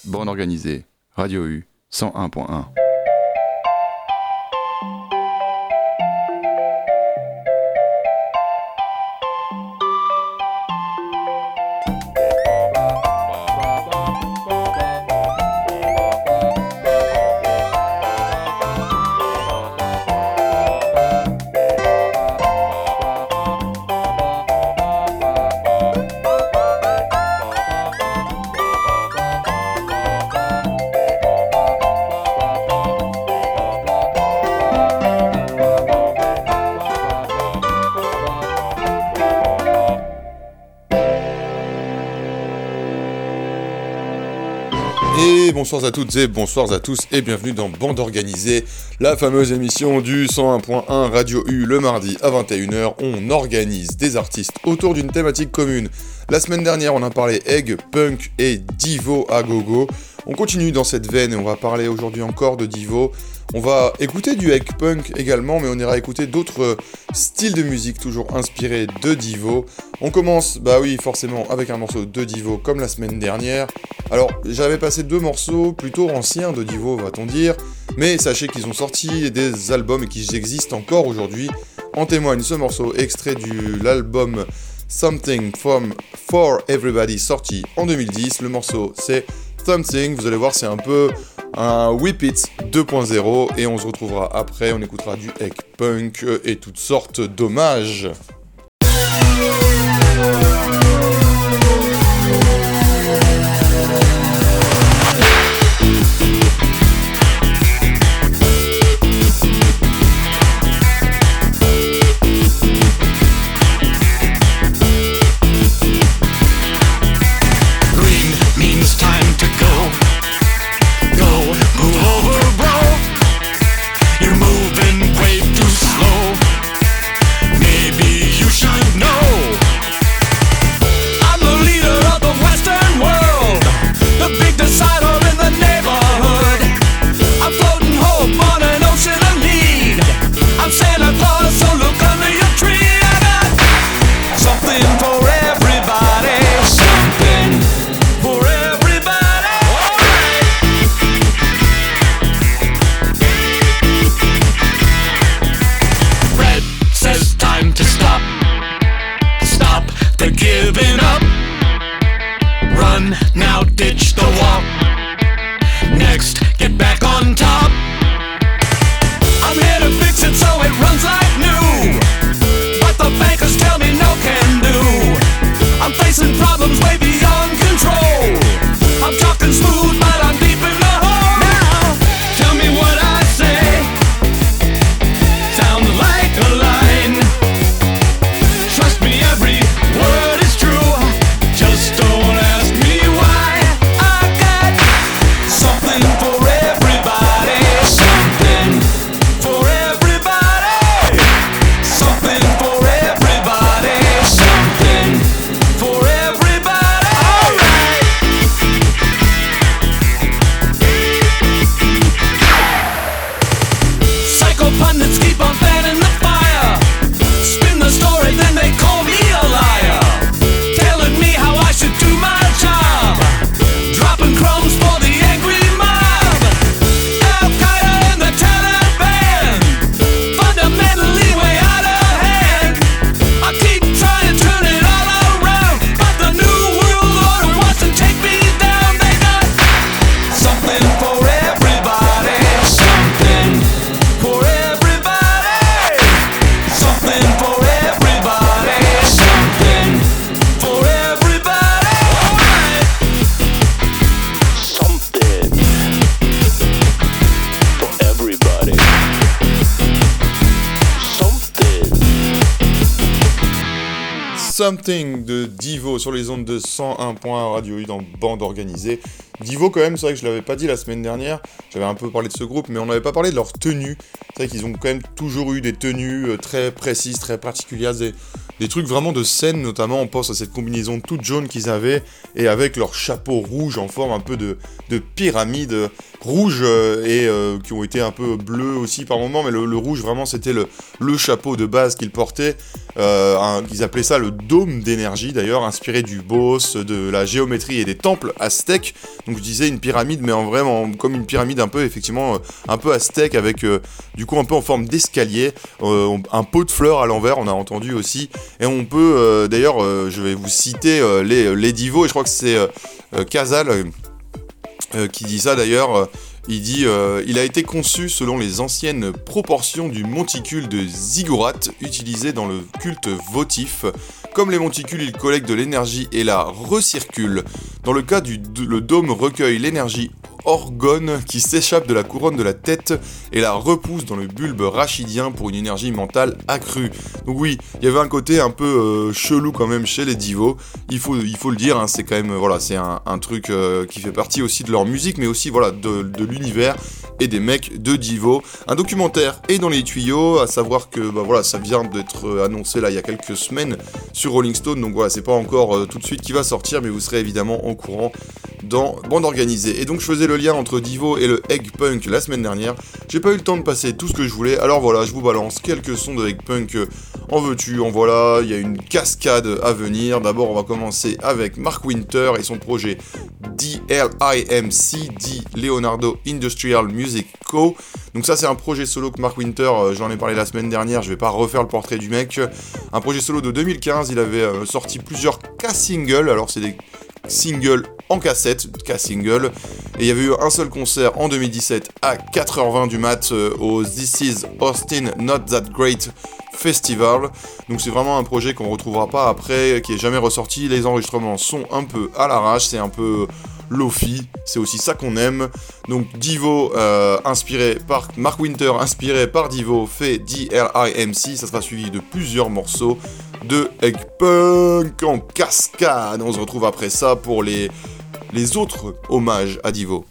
Bande organisée, Radio U, 101.1. Bonsoir à toutes et bonsoir à tous et bienvenue dans Bande Organisée, la fameuse émission du 101.1 Radio U le mardi à 21h. On organise des artistes autour d'une thématique commune. La semaine dernière, on a parlé Egg, Punk et Divo à gogo. On continue dans cette veine et on va parler aujourd'hui encore de Divo. On va écouter du Egg Punk également, mais on ira écouter d'autres styles de musique toujours inspirés de Divo. On commence, bah oui, forcément, avec un morceau de Divo comme la semaine dernière. Alors, j'avais passé 2 morceaux plutôt anciens de Divo, va-t-on dire, mais sachez qu'ils ont sorti des albums et qu'ils existent encore aujourd'hui. En témoigne ce morceau extrait de l'album Something for Everybody sorti en 2010. Le morceau c'est Something, vous allez voir c'est un peu un Whip It 2.0 et on se retrouvera après, on écoutera du Egg Punk et toutes sortes d'hommages. Something de Divo sur les ondes de 101.1 Radio U dans Bande Organisée. Divo quand même, c'est vrai que je l'avais pas dit la semaine dernière, j'avais un peu parlé de ce groupe, mais on n'avait pas parlé de leur tenue. C'est vrai qu'ils ont quand même toujours eu des tenues très précises, très particulières, des trucs vraiment de scène, notamment on pense à cette combinaison toute jaune qu'ils avaient, et avec leur chapeau rouge en forme un peu de pyramide rouge, et qui ont été un peu bleus aussi par moments, mais le rouge vraiment c'était le chapeau de base qu'ils portaient, qu'ils appelaient ça le dôme d'énergie d'ailleurs, inspiré du boss, de la géométrie et des temples aztèques. Donc je disais une pyramide, mais en vrai, comme une pyramide un peu, effectivement, un peu aztèque, avec du coup un peu en forme d'escalier, un pot de fleurs à l'envers, on a entendu aussi. Et on peut, d'ailleurs, je vais vous citer les divos, et je crois que c'est Casal qui dit ça d'ailleurs. Il dit il a été conçu selon les anciennes proportions du monticule de ziggurat utilisé dans le culte votif. Comme les monticules, il collecte de l'énergie et la recircule. Dans le cas le dôme recueille l'énergie orgone qui s'échappe de la couronne de la tête et la repousse dans le bulbe rachidien pour une énergie mentale accrue. Donc oui, il y avait un côté un peu chelou quand même chez les divos, il faut le dire, hein, c'est quand même, voilà, c'est un truc qui fait partie aussi de leur musique, mais aussi voilà, de l'univers et des mecs de Divo. Un documentaire est dans les tuyaux, à savoir que voilà, ça vient d'être annoncé là il y a quelques semaines sur Rolling Stone, donc voilà, c'est pas encore tout de suite qui va sortir, mais vous serez évidemment au courant dans Bande Organisée. Et donc je faisais le lien entre Divo et le Egg Punk la semaine dernière. J'ai pas eu le temps de passer tout ce que je voulais, alors voilà, je vous balance quelques sons de Egg Punk. En veux-tu, en voilà, il y a une cascade à venir. D'abord, on va commencer avec Mark Winter et son projet DLIMC, dit Leonardo Industrial Music Co. Donc ça, c'est un projet solo que Mark Winter, j'en ai parlé la semaine dernière, je vais pas refaire le portrait du mec. Un projet solo de 2015, il avait sorti plusieurs K-singles, alors c'est des singles en cassette, K-single, et il y avait eu un seul concert en 2017 à 4h20 du mat au This Is Austin Not That Great Festival. Donc c'est vraiment un projet qu'on retrouvera pas après, qui est jamais ressorti. Les enregistrements sont un peu à l'arrache, c'est un peu lofi, c'est aussi ça qu'on aime. Donc Divo, inspiré par Mark Winter, inspiré par Divo, fait DLIMC, ça sera suivi de plusieurs morceaux de Egg Punk en cascade. On se retrouve après ça pour les autres hommages à Divo.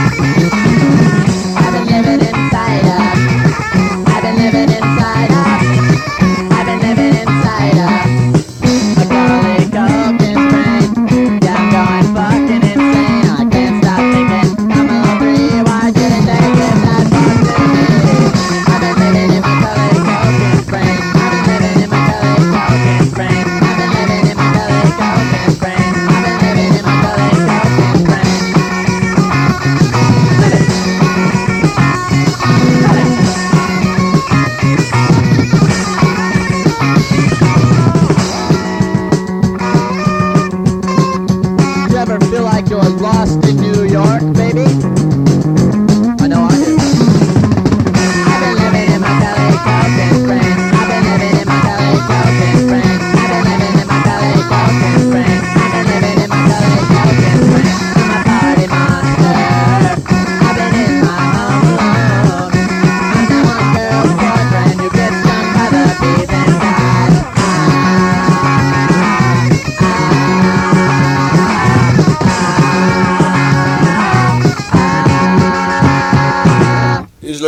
I've been living inside of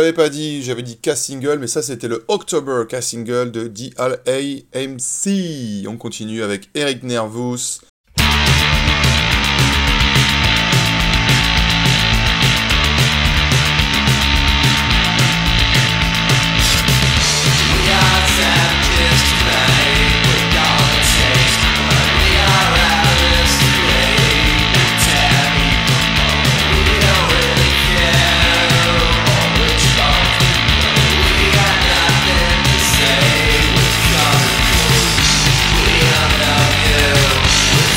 l'avais pas dit, j'avais dit K-Single, mais ça c'était le October K-Single de DLAMC. On continue avec Eric Nervous. We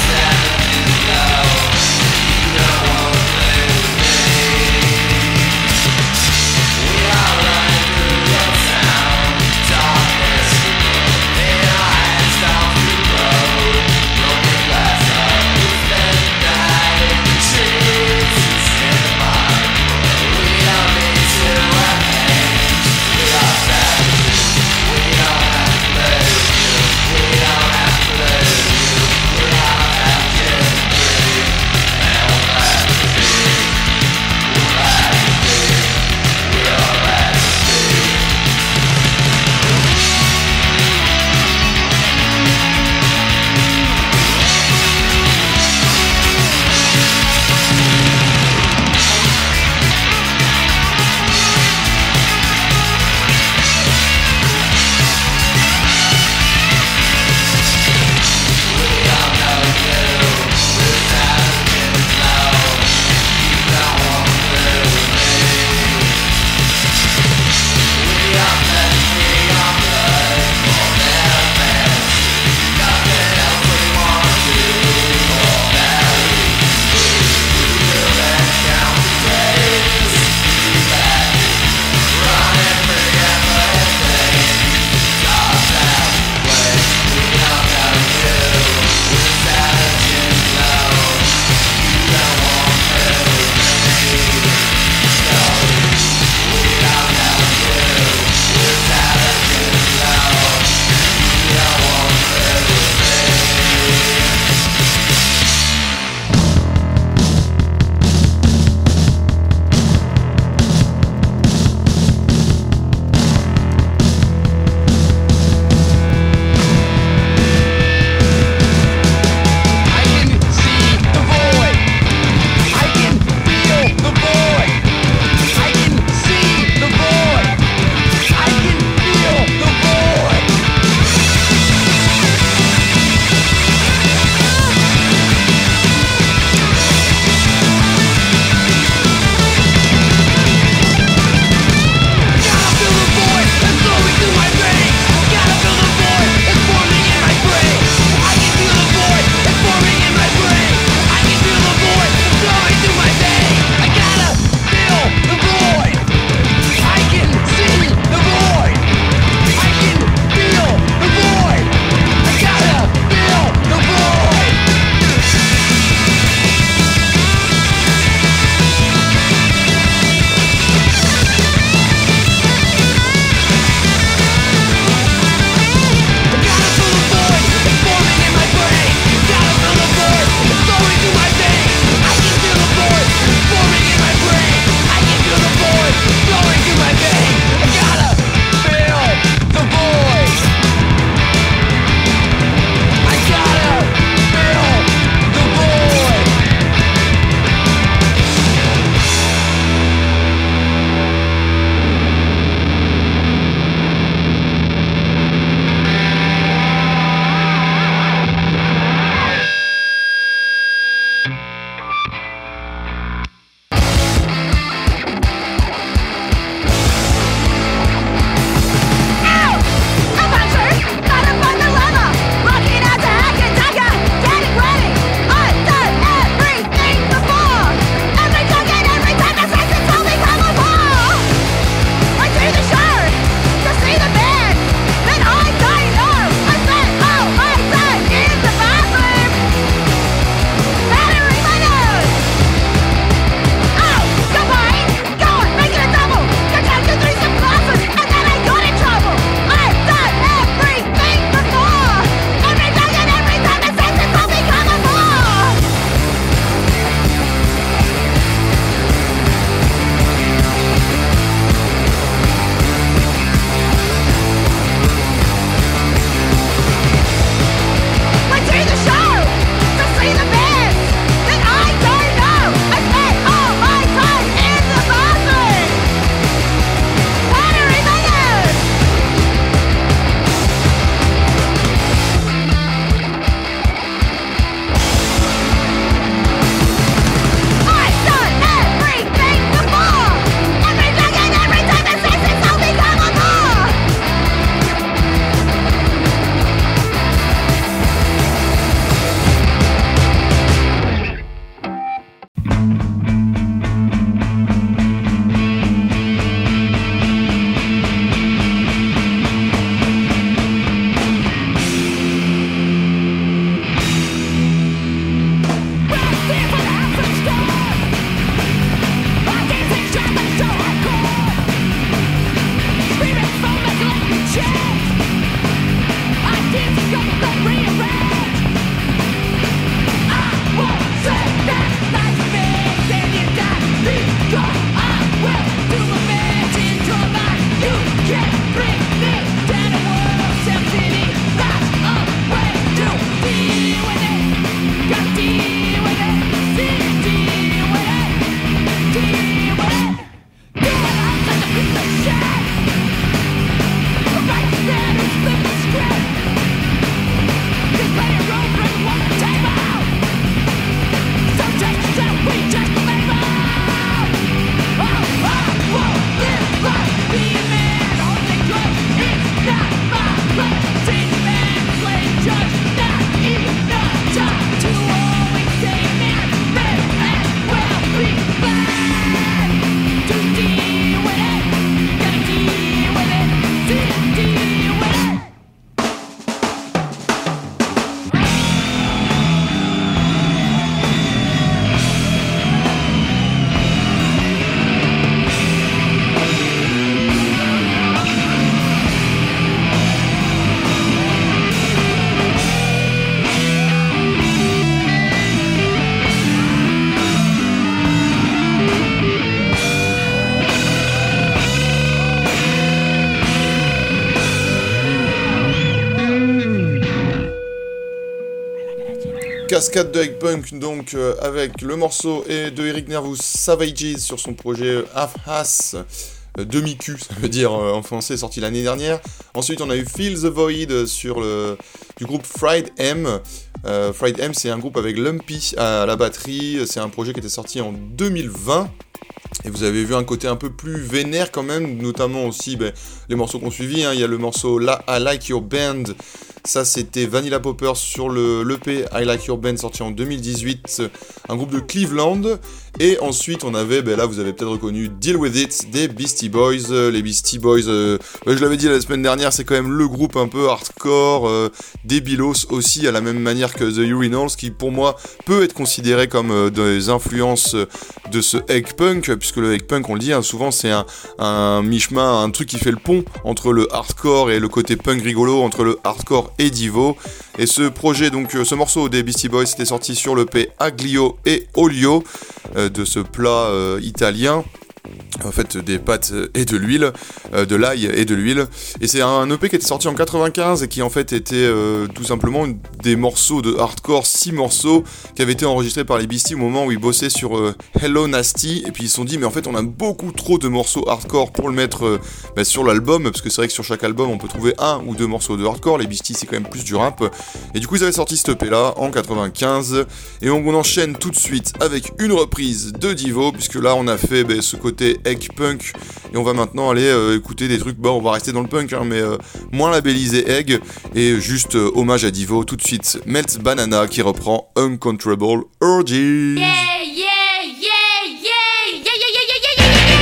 cascade de Egg Punk, donc avec le morceau de Eric Nervous, Savages, sur son projet Half-Ass, demi-cul, ça veut dire en français, sorti l'année dernière. Ensuite, on a eu Feel the Void du groupe Fried M. Fried M, c'est un groupe avec Lumpy à la batterie. C'est un projet qui était sorti en 2020. Et vous avez vu un côté un peu plus vénère quand même, notamment aussi les morceaux qu'on suivi. Il y a le morceau I Like Your Band. Ça, c'était Vanilla Poppers sur l'EP I Like Your Band, sorti en 2018, un groupe de Cleveland. Et ensuite, on avait, là, vous avez peut-être reconnu Deal With It des Beastie Boys. Les Beastie Boys, je l'avais dit la semaine dernière, c'est quand même le groupe un peu hardcore, débilos aussi, à la même manière que The Urinals, qui pour moi peut être considéré comme des influences de ce egg punk, puisque le egg punk, on le dit, souvent c'est un mi-chemin, un truc qui fait le pont entre le hardcore et le côté punk rigolo, entre le hardcore et Divo. Et ce projet, donc ce morceau des Beastie Boys, était sorti sur l'EP Aglio et Olio, de ce plat italien, en fait des pâtes et de l'huile, de l'ail et de l'huile. Et c'est un EP qui était sorti en 95 et qui en fait était tout simplement des morceaux de hardcore, 6 morceaux qui avaient été enregistrés par les Beastie au moment où ils bossaient sur Hello Nasty. Et puis ils se sont dit mais en fait on a beaucoup trop de morceaux hardcore pour le mettre sur l'album, parce que c'est vrai que sur chaque album on peut trouver 1 ou 2 morceaux de hardcore. Les Beastie c'est quand même plus du rap. Et du coup ils avaient sorti cet EP là en 95. Et on enchaîne tout de suite avec une reprise de Divo, puisque là on a fait ce côté egg punk, et on va maintenant aller écouter des trucs, on va rester dans le punk, mais moins labellisé egg, et juste hommage à Divo. Tout de suite, Melt Banana qui reprend Uncontrollable Urges. Yeah, yeah, yeah, yeah, yeah, yeah, yeah, yeah, yeah, yeah.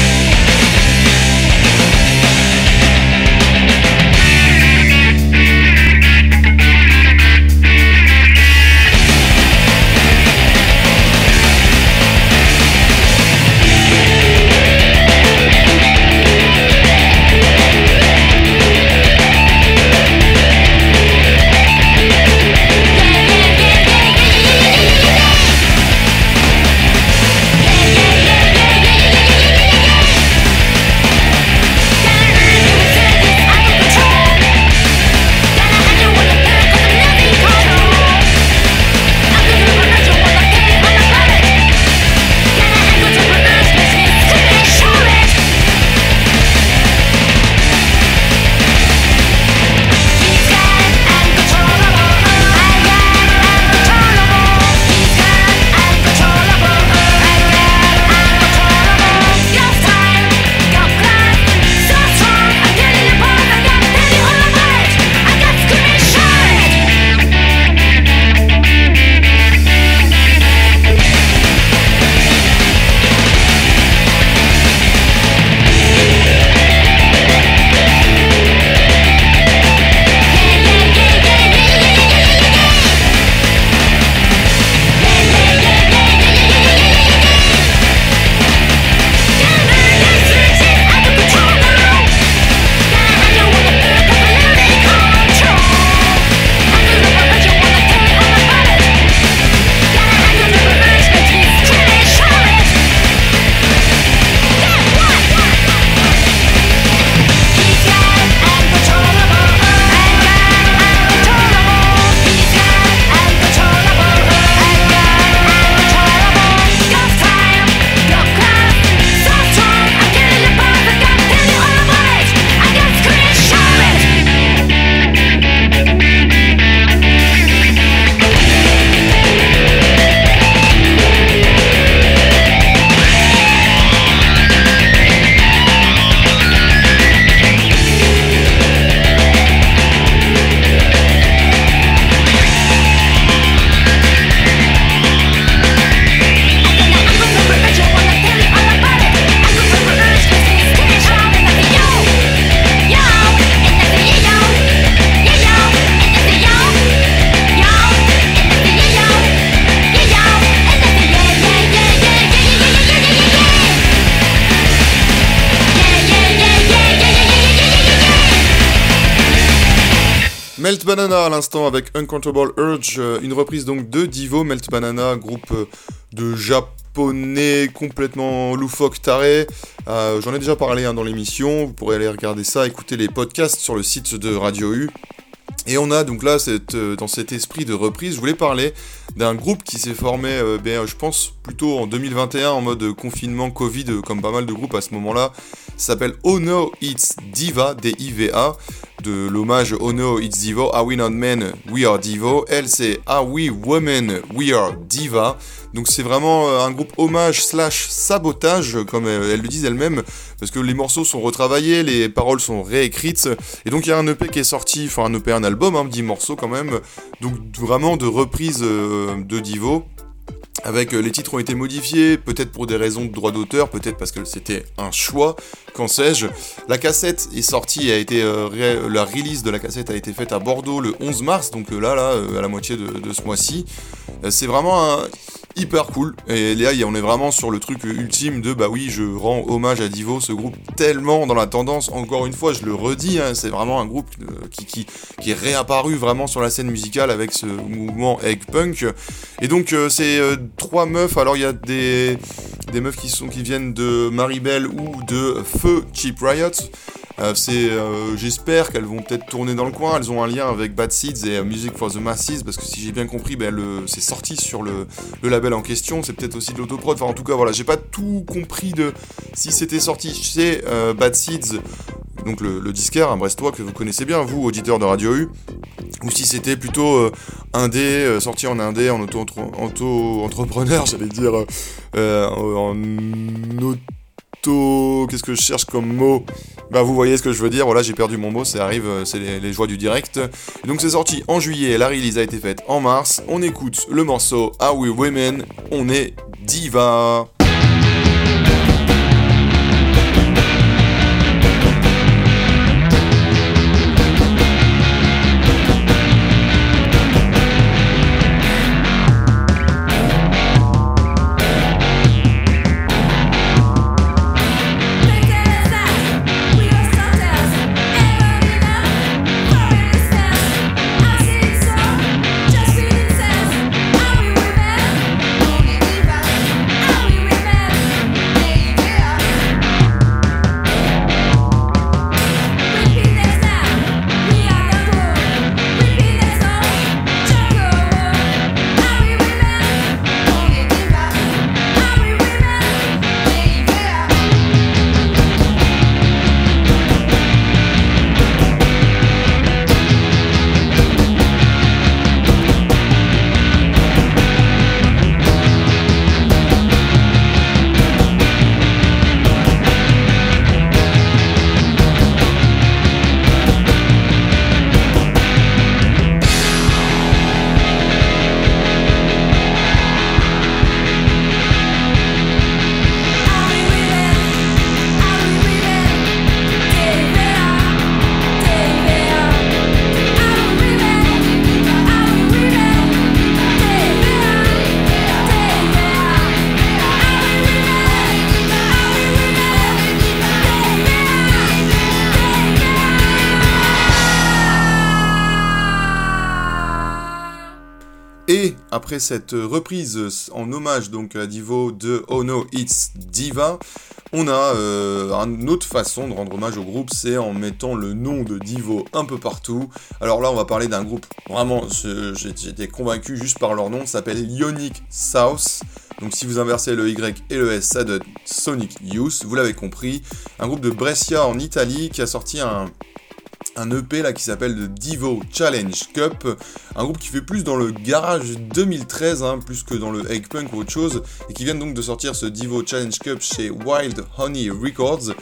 Melt Banana à l'instant avec Uncontrollable Urge, une reprise donc de Divo. Melt Banana, groupe de japonais complètement loufoque taré. J'en ai déjà parlé dans l'émission, vous pourrez aller regarder ça, écouter les podcasts sur le site de Radio U. Et on a donc là, dans cet esprit de reprise, je voulais parler d'un groupe qui s'est formé, je pense, plutôt en 2021, en mode confinement Covid, comme pas mal de groupes à ce moment-là. Ça s'appelle Oh No It's Diva, D-I-V-A, de l'hommage Oh No It's Diva, Are We Not Men, We Are Divo. Elle, c'est Are We Women, We Are Diva. Donc c'est vraiment un groupe hommage / sabotage, comme elles le disent elles-mêmes, parce que les morceaux sont retravaillés, les paroles sont réécrites, et donc il y a un EP qui est sorti, enfin un EP, un album, 10 morceaux quand même, donc vraiment de reprise de Divo, avec les titres ont été modifiés, peut-être pour des raisons de droit d'auteur, peut-être parce que c'était un choix, qu'en sais-je. La cassette est sortie, la release de la cassette a été faite à Bordeaux le 11 mars, donc à la moitié de ce mois-ci. C'est vraiment hyper cool, et là on est vraiment sur le truc ultime de bah oui, je rends hommage à Divo, ce groupe tellement dans la tendance, encore une fois je le redis, c'est vraiment un groupe qui est réapparu vraiment sur la scène musicale avec ce mouvement egg punk. Et donc c'est 3 meufs, alors il y a des meufs qui viennent de Maribel ou de Feu Cheap Riot. J'espère qu'elles vont peut-être tourner dans le coin. Elles ont un lien avec Bad Seeds et Music for the Masses, parce que si j'ai bien compris, c'est sorti sur le label en question. C'est peut-être aussi de l'autoprod. Enfin, en tout cas, voilà, j'ai pas tout compris de si c'était sorti chez Bad Seeds, donc le disquaire, un brestois que vous connaissez bien, vous, auditeurs de Radio U, ou si c'était plutôt indé, sorti en indé, en auto-entrepreneur, j'allais dire, en auto... Qu'est-ce que je cherche comme mot ? Bah vous voyez ce que je veux dire, voilà, j'ai perdu mon mot, ça arrive, c'est les joies du direct. Et donc c'est sorti en juillet, la release a été faite en mars, on écoute le morceau Are We Women, on est Diva. Et après cette reprise en hommage donc à Divo de Oh No It's Diva, on a une autre façon de rendre hommage au groupe, c'est en mettant le nom de Divo un peu partout. Alors là on va parler d'un groupe, vraiment j'étais convaincu juste par leur nom, ça s'appelle Ionic South. Donc si vous inversez le Y et le S, ça donne Sonic Youth, vous l'avez compris. Un groupe de Brescia en Italie qui a sorti un EP là qui s'appelle The Divo Challenge Cup, un groupe qui fait plus dans le garage 2013 plus que dans le egg punk ou autre chose, et qui vient donc de sortir ce Divo Challenge Cup chez Wild Honey Records.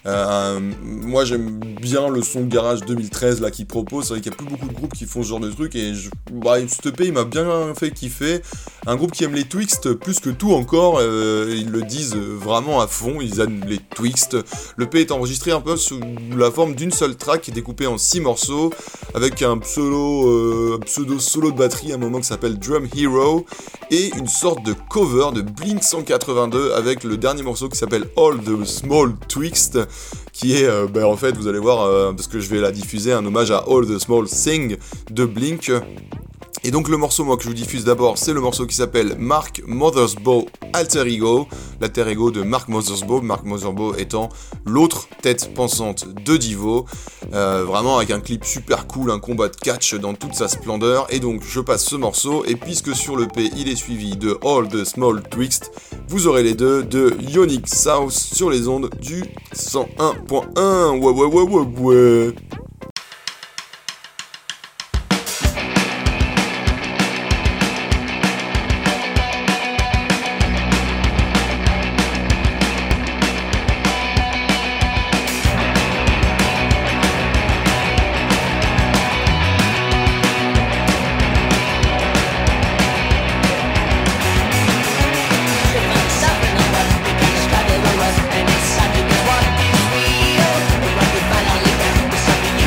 Moi j'aime bien le son garage 2013 là qu'ils proposent, c'est vrai qu'il y a plus beaucoup de groupes qui font ce genre de truc, et cet EP il m'a bien fait kiffer. Un groupe qui aime les Twixt plus que tout encore, ils le disent vraiment à fond, ils aiment les Twixt. Le EP est enregistré un peu sous la forme d'une seule track qui est découpée en 6 morceaux, avec un pseudo solo de batterie à un moment qui s'appelle Drum Hero, et une sorte de cover de Blink 182 avec le dernier morceau qui s'appelle All the Small Twixt, qui est, en fait, vous allez voir, parce que je vais la diffuser, un hommage à All the Small Thing de Blink. Et donc le morceau moi que je vous diffuse d'abord, c'est le morceau qui s'appelle Mark Mothersbaugh Alter Ego, l'alter ego de Mark Mothersbaugh étant l'autre tête pensante de Devo, vraiment avec un clip super cool, un combat de catch dans toute sa splendeur. Et donc je passe ce morceau, et puisque sur le P il est suivi de All the Small Twixt, vous aurez les deux de Ionic South sur les ondes du 101.1. Ouais. Finally,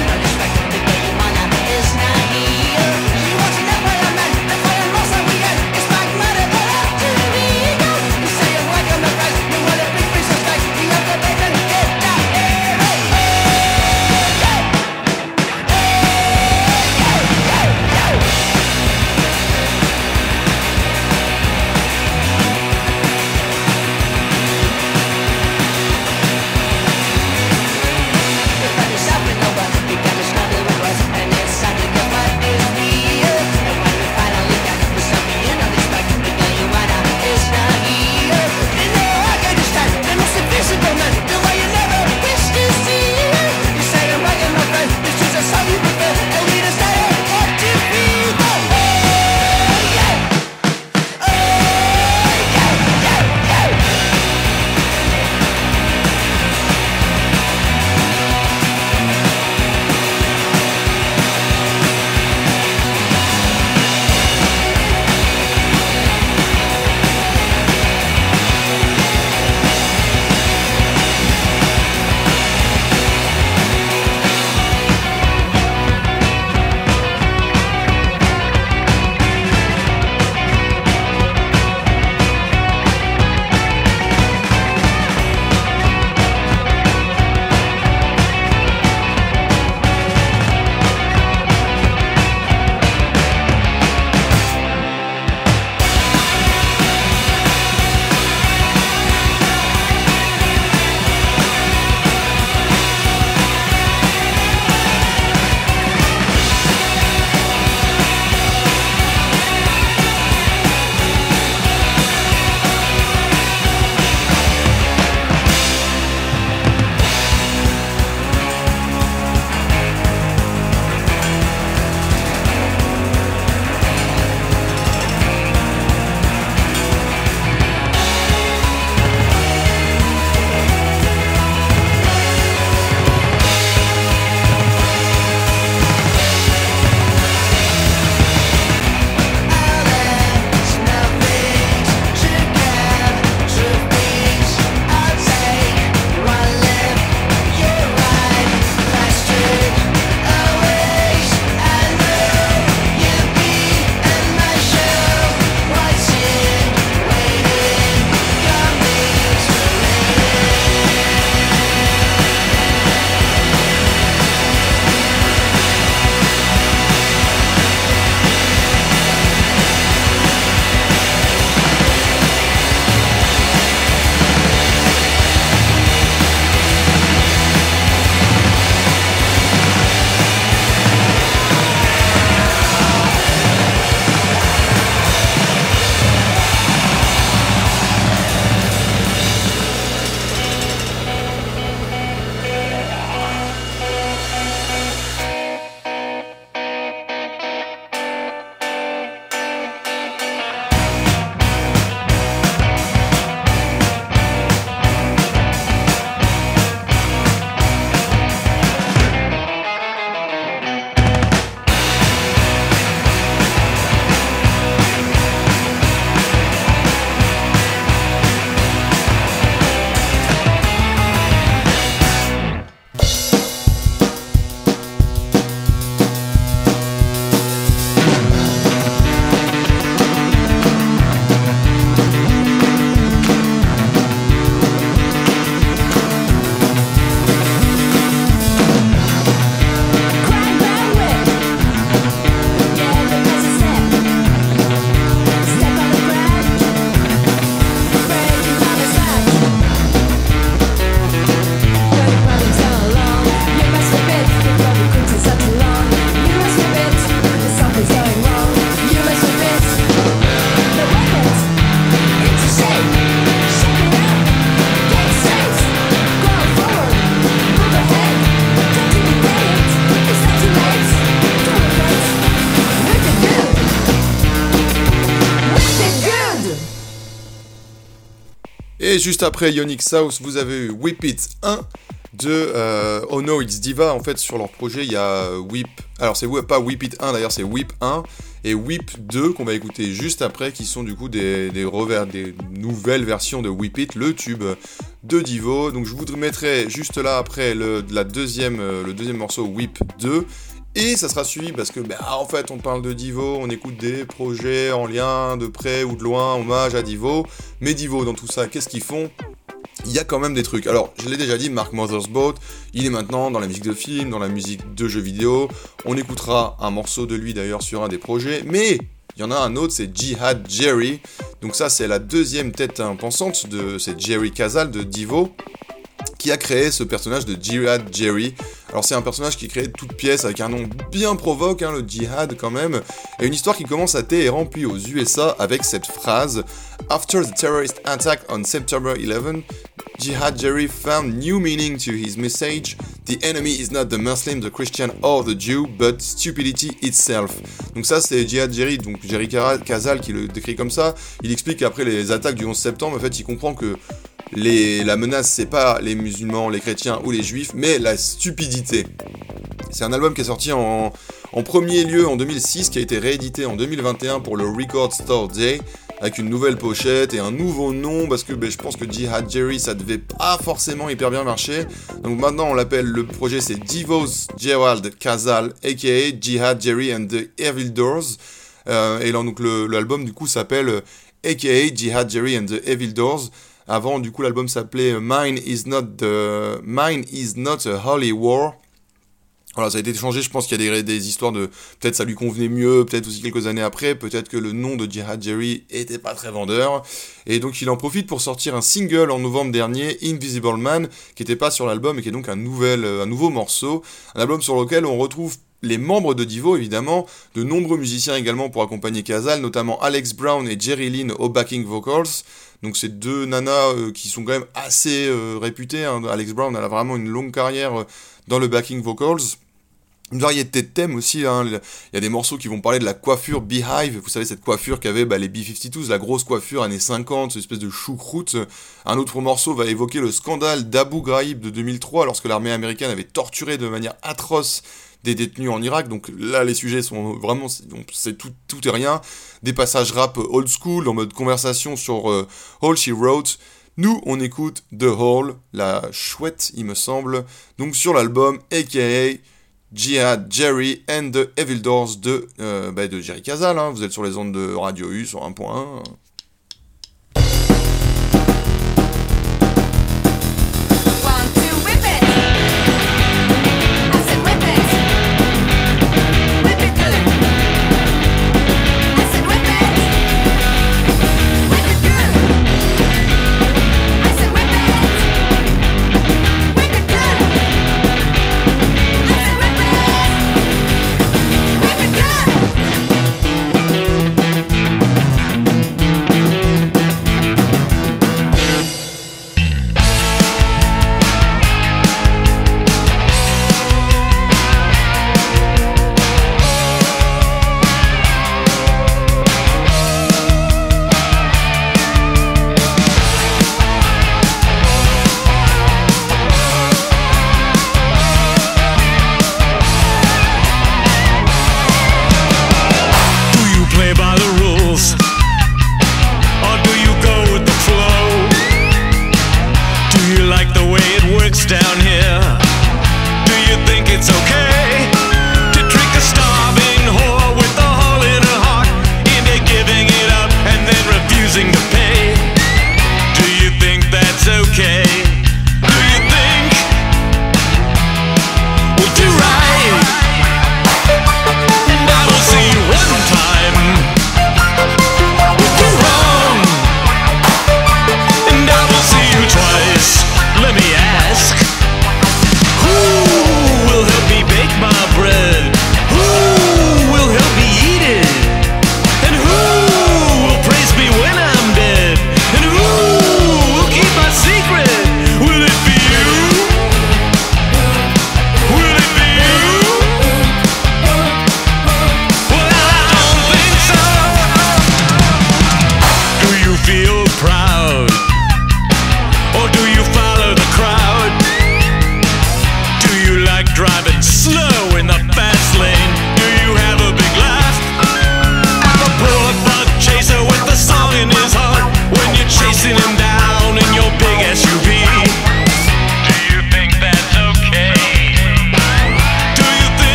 Et juste après Ionic South, vous avez eu Whip It 1 de Oh No It's Diva. En fait, sur leur projet, il y a Whip. Alors, c'est pas Whip It 1 d'ailleurs, c'est Whip 1 et Whip 2 qu'on va écouter juste après, qui sont du coup des nouvelles versions de Whip It, le tube de Divo. Donc, je vous mettrai juste là après le deuxième morceau Whip 2. Et ça sera suivi parce que, en fait, on parle de Divo, on écoute des projets en lien de près ou de loin, hommage à Divo. Mais Divo, dans tout ça, qu'est-ce qu'ils font ? Il y a quand même des trucs. Alors, je l'ai déjà dit, Mark Mothersbaugh, il est maintenant dans la musique de film, dans la musique de jeux vidéo. On écoutera un morceau de lui d'ailleurs sur un des projets. Mais il y en a un autre, c'est Jihad Jerry. Donc ça, c'est la deuxième tête pensante c'est Jerry Casale de Divo, qui a créé ce personnage de Jihad Jerry. Alors c'est un personnage qui est créé de toutes pièces avec un nom bien provoque, le Jihad quand même, et une histoire qui commence à et remplie aux USA avec cette phrase « After the terrorist attack on September 11, Jihad Jerry found new meaning to his message. The enemy is not the Muslim, the Christian or the Jew, but stupidity itself. » Donc ça c'est Jihad Jerry, donc Jerry Casale qui le décrit comme ça. Il explique qu'après les attaques du 11 septembre, en fait il comprend que la menace, c'est pas les musulmans, les chrétiens ou les juifs, mais la stupidité. C'est un album qui est sorti en premier lieu en 2006, qui a été réédité en 2021 pour le Record Store Day, avec une nouvelle pochette et un nouveau nom, parce que je pense que Jihad Jerry, ça devait pas forcément hyper bien marcher. Donc maintenant, on l'appelle, le projet c'est Divo's Gerald Casale, a.k.a. Jihad Jerry and the Evil Doors. Et là, donc l'album, du coup, s'appelle a.k.a. Jihad Jerry and the Evil Doors. Avant, du coup, l'album s'appelait Mine is not a Holy War. Voilà, ça a été changé, je pense qu'il y a des histoires de... Peut-être ça lui convenait mieux, peut-être aussi quelques années après, peut-être que le nom de Jihad Jerry était pas très vendeur. Et donc il en profite pour sortir un single en novembre dernier, Invisible Man, qui était pas sur l'album et qui est donc un nouveau morceau. Un album sur lequel on retrouve les membres de Divo, évidemment, de nombreux musiciens également pour accompagner Casale, notamment Alex Brown et Jerry Lynn aux backing vocals. Donc c'est deux nanas qui sont quand même assez réputées. Alex Brown, elle a vraiment une longue carrière dans le backing vocals. Une variété de thèmes aussi, il y a des morceaux qui vont parler de la coiffure Beehive, vous savez cette coiffure qu'avaient les B-52s, la grosse coiffure années 50, cette espèce de choucroute. Un autre morceau va évoquer le scandale d'Abu Ghraib de 2003, lorsque l'armée américaine avait torturé de manière atroce des détenus en Irak. Donc là les sujets sont vraiment, c'est tout et rien. Des passages rap old school, en mode conversation sur All She Wrote. Nous, on écoute The Hall, la chouette il me semble, donc sur l'album a.k.a. Jihad Jerry and the Evil Doors de Jerry Casale. Vous êtes sur les ondes de Radio U sur 1.1.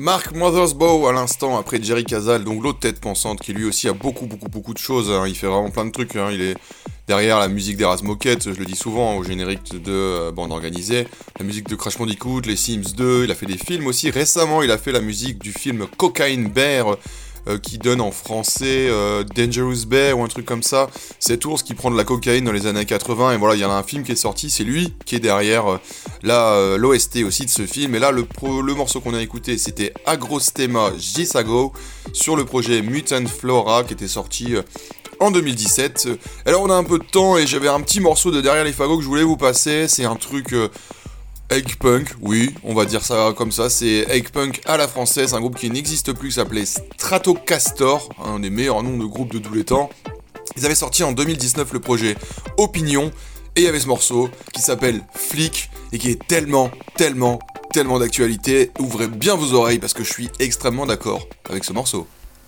Mark Mothersbaugh à l'instant, après Jerry Casale, donc l'autre tête pensante, qui lui aussi a beaucoup de choses, hein. Il fait vraiment plein de trucs, hein. Il est derrière la musique d'Erasmus Moquette, je le dis souvent, au générique de Bande Organisée, la musique de Crash Bandicoot, les Sims 2, il a fait des films aussi, récemment il a fait la musique du film Cocaine Bear, qui donne en français Dangerous Bear ou un truc comme ça, cet ours qui prend de la cocaïne dans les années 80, et voilà, il y en a un film qui est sorti, c'est lui qui est derrière l'OST aussi de ce film, et là le morceau qu'on a écouté c'était Agrostema Gisago sur le projet Mutant Flora qui était sorti en 2017. Alors on a un peu de temps et j'avais un petit morceau de Derrière les fagots que je voulais vous passer, c'est un truc Egg Punk, oui, on va dire ça comme ça, c'est Egg Punk à la française, un groupe qui n'existe plus, qui s'appelait Stratocaster, un des meilleurs noms de groupe de tous les temps. Ils avaient sorti en 2019 le projet Opinion, et il y avait ce morceau qui s'appelle Flic, et qui est tellement d'actualité. Ouvrez bien vos oreilles parce que je suis extrêmement d'accord avec ce morceau.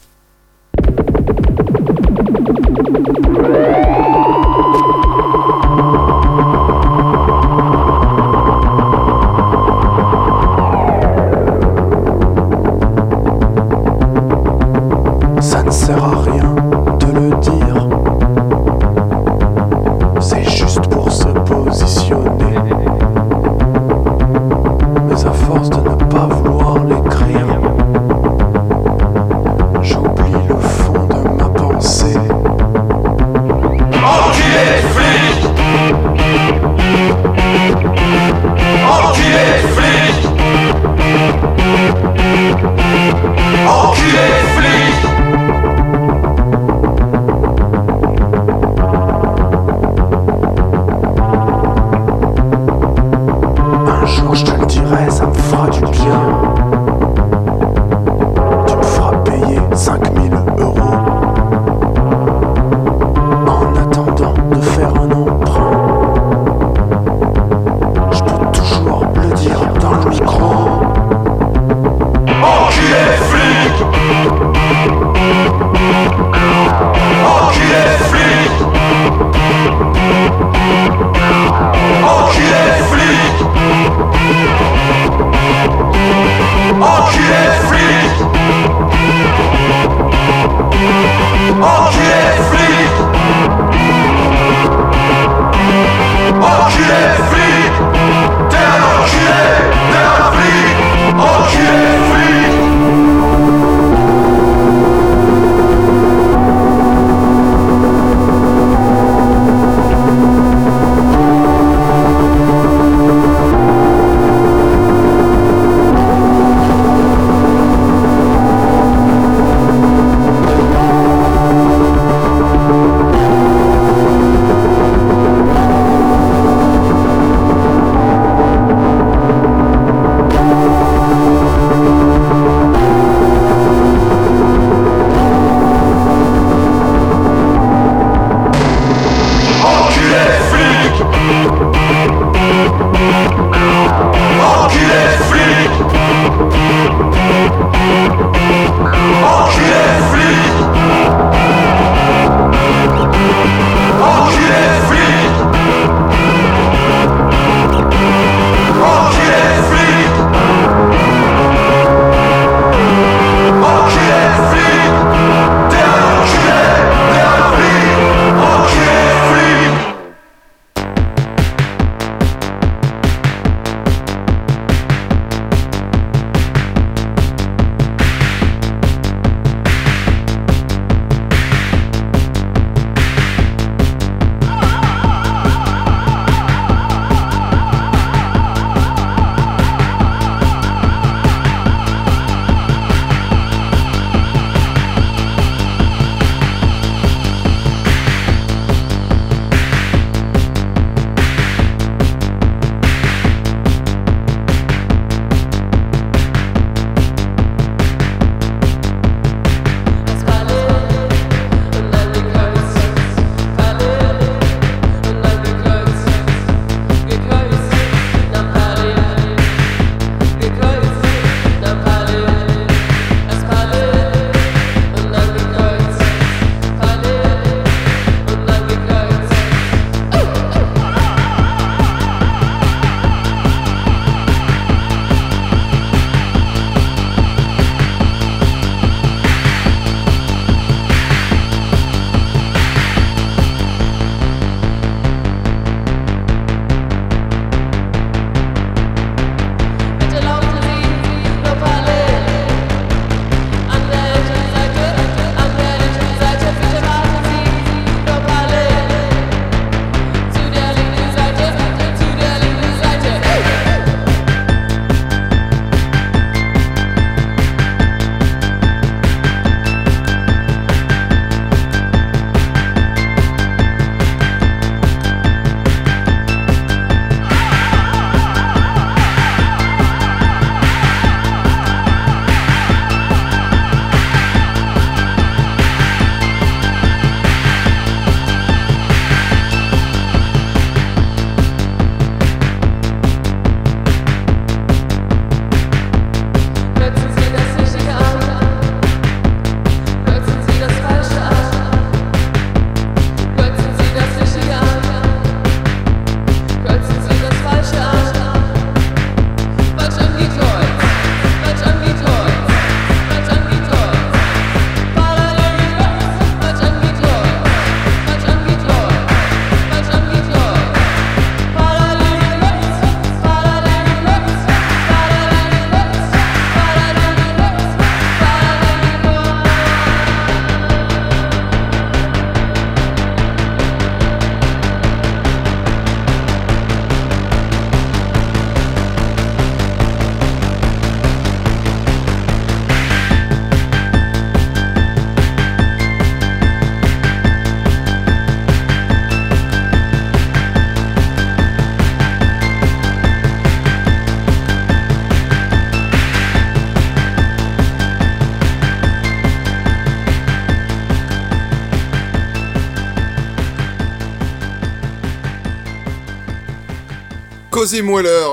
Ça ne sert à rien de le dire, c'est juste pour se positionner. Mais à force de ne pas vouloir l'écrire, Cozy Mueller,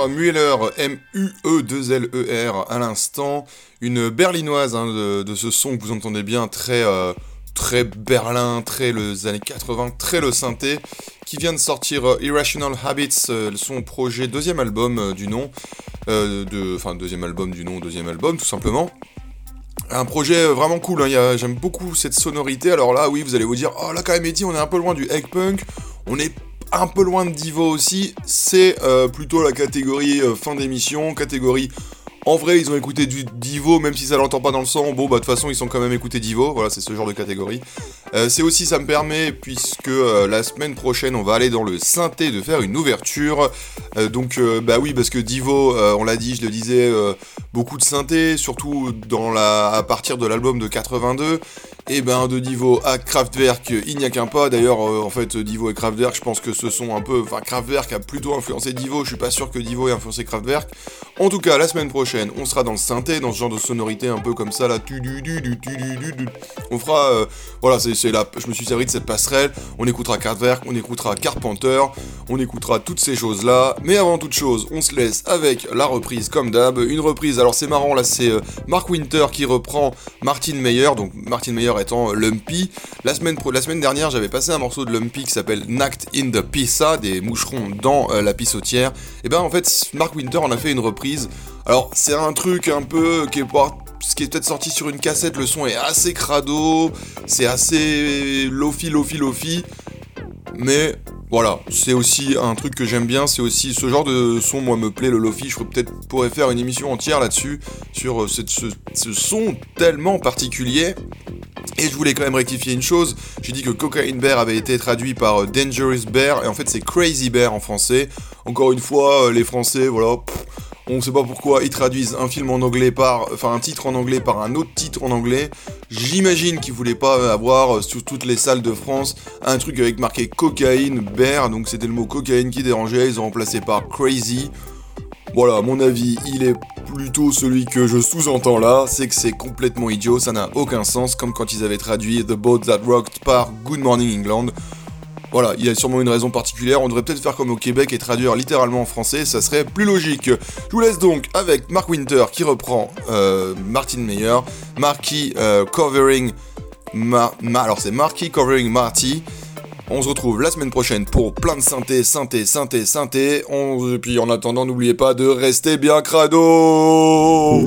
M-U-E-2-L-E-R à l'instant, une berlinoise de ce son que vous entendez bien, très Berlin, très les années 80, très le synthé, qui vient de sortir Irrational Habits, son projet deuxième album du nom, deuxième album tout simplement. Un projet vraiment cool, hein. J'aime beaucoup cette sonorité. Alors là, oui, vous allez vous dire, oh là quand même Eddie, on est un peu loin du egg punk, on est un peu loin de Divo aussi, c'est plutôt la catégorie fin d'émission, catégorie... En vrai, ils ont écouté du Divo, même si ça l'entend pas dans le sang, bon bah de toute façon ils sont quand même écouté Divo, voilà, c'est ce genre de catégorie. C'est aussi, ça me permet, puisque la semaine prochaine on va aller dans le synthé, de faire une ouverture, bah oui, parce que Divo, on l'a dit, je le disais, beaucoup de synthé, surtout à partir de l'album de 82, et ben de Divo à Kraftwerk, il n'y a qu'un pas. D'ailleurs, en fait, Divo et Kraftwerk, je pense que ce sont un peu... Enfin, Kraftwerk a plutôt influencé Divo, je suis pas sûr que Divo ait influencé Kraftwerk. En tout cas, la semaine prochaine, on sera dans le synthé, dans ce genre de sonorité un peu comme ça, là, on fera... voilà, c'est là, je me suis servi de cette passerelle, on écoutera Kraftwerk, on écoutera Carpenter, on écoutera toutes ces choses-là, mais avant toute chose, on se laisse avec la reprise, comme d'hab, une reprise, alors c'est marrant, là, c'est Mark Winter qui reprend Martin Meyer, donc Martin Meyer étant Lumpy. La semaine dernière, j'avais passé un morceau de Lumpy qui s'appelle Knocked in the Pizza, des moucherons dans la pissotière. Et ben en fait, Mark Winter en a fait une reprise. Alors c'est un truc un peu qui est peut-être sorti sur une cassette, le son est assez crado, c'est assez lofi, mais voilà, c'est aussi un truc que j'aime bien, c'est aussi ce genre de son, moi me plaît, le lofi, je pourrais faire une émission entière là-dessus, sur ce son tellement particulier. Et je voulais quand même rectifier une chose, j'ai dit que Cocaine Bear avait été traduit par Dangerous Bear, et en fait c'est Crazy Bear en français. Encore une fois, les Français, voilà, on sait pas pourquoi ils traduisent un film en anglais un titre en anglais par un autre titre en anglais. J'imagine qu'ils voulaient pas avoir sur toutes les salles de France un truc avec marqué Cocaine Bear, donc c'était le mot cocaïne qui dérangeait, ils ont remplacé par Crazy. Voilà, à mon avis, il est plutôt celui que je sous-entends là, c'est que c'est complètement idiot, ça n'a aucun sens, comme quand ils avaient traduit The Boat That Rocked par Good Morning England. Voilà, il y a sûrement une raison particulière, on devrait peut-être faire comme au Québec et traduire littéralement en français, ça serait plus logique. Je vous laisse donc avec Mark Winter qui reprend Martin Meyer, Marky covering alors c'est Marky covering Marty. On se retrouve la semaine prochaine pour plein de synthé. Et puis en attendant, n'oubliez pas de rester bien crado.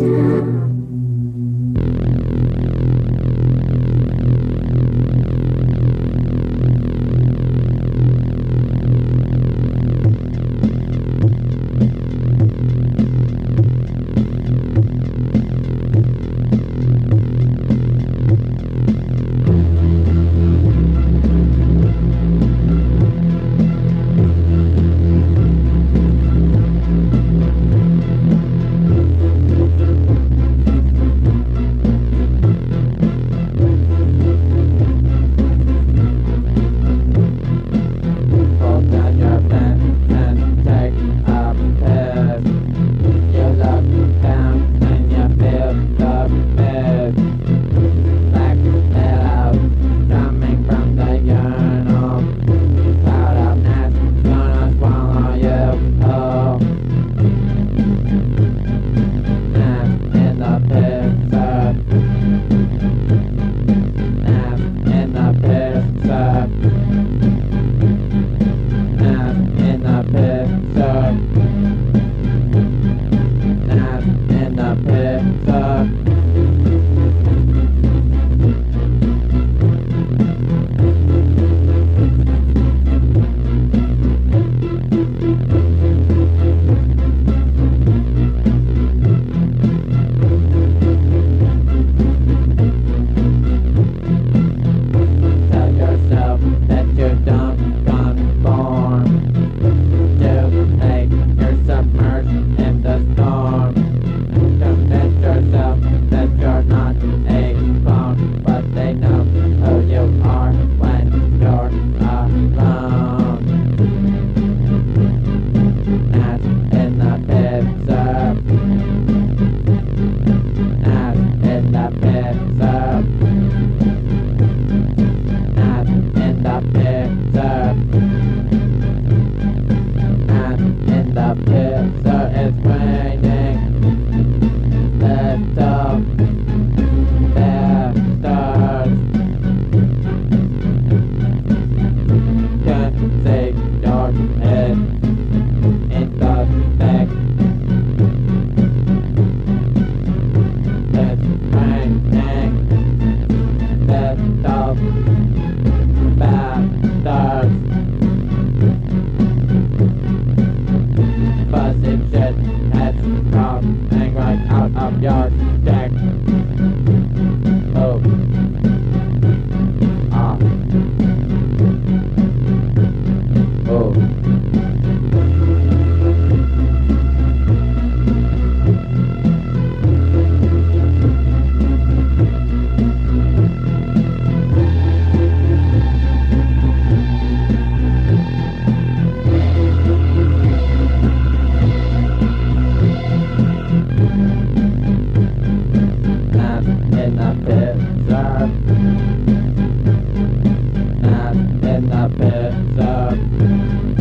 rien à faire, ça.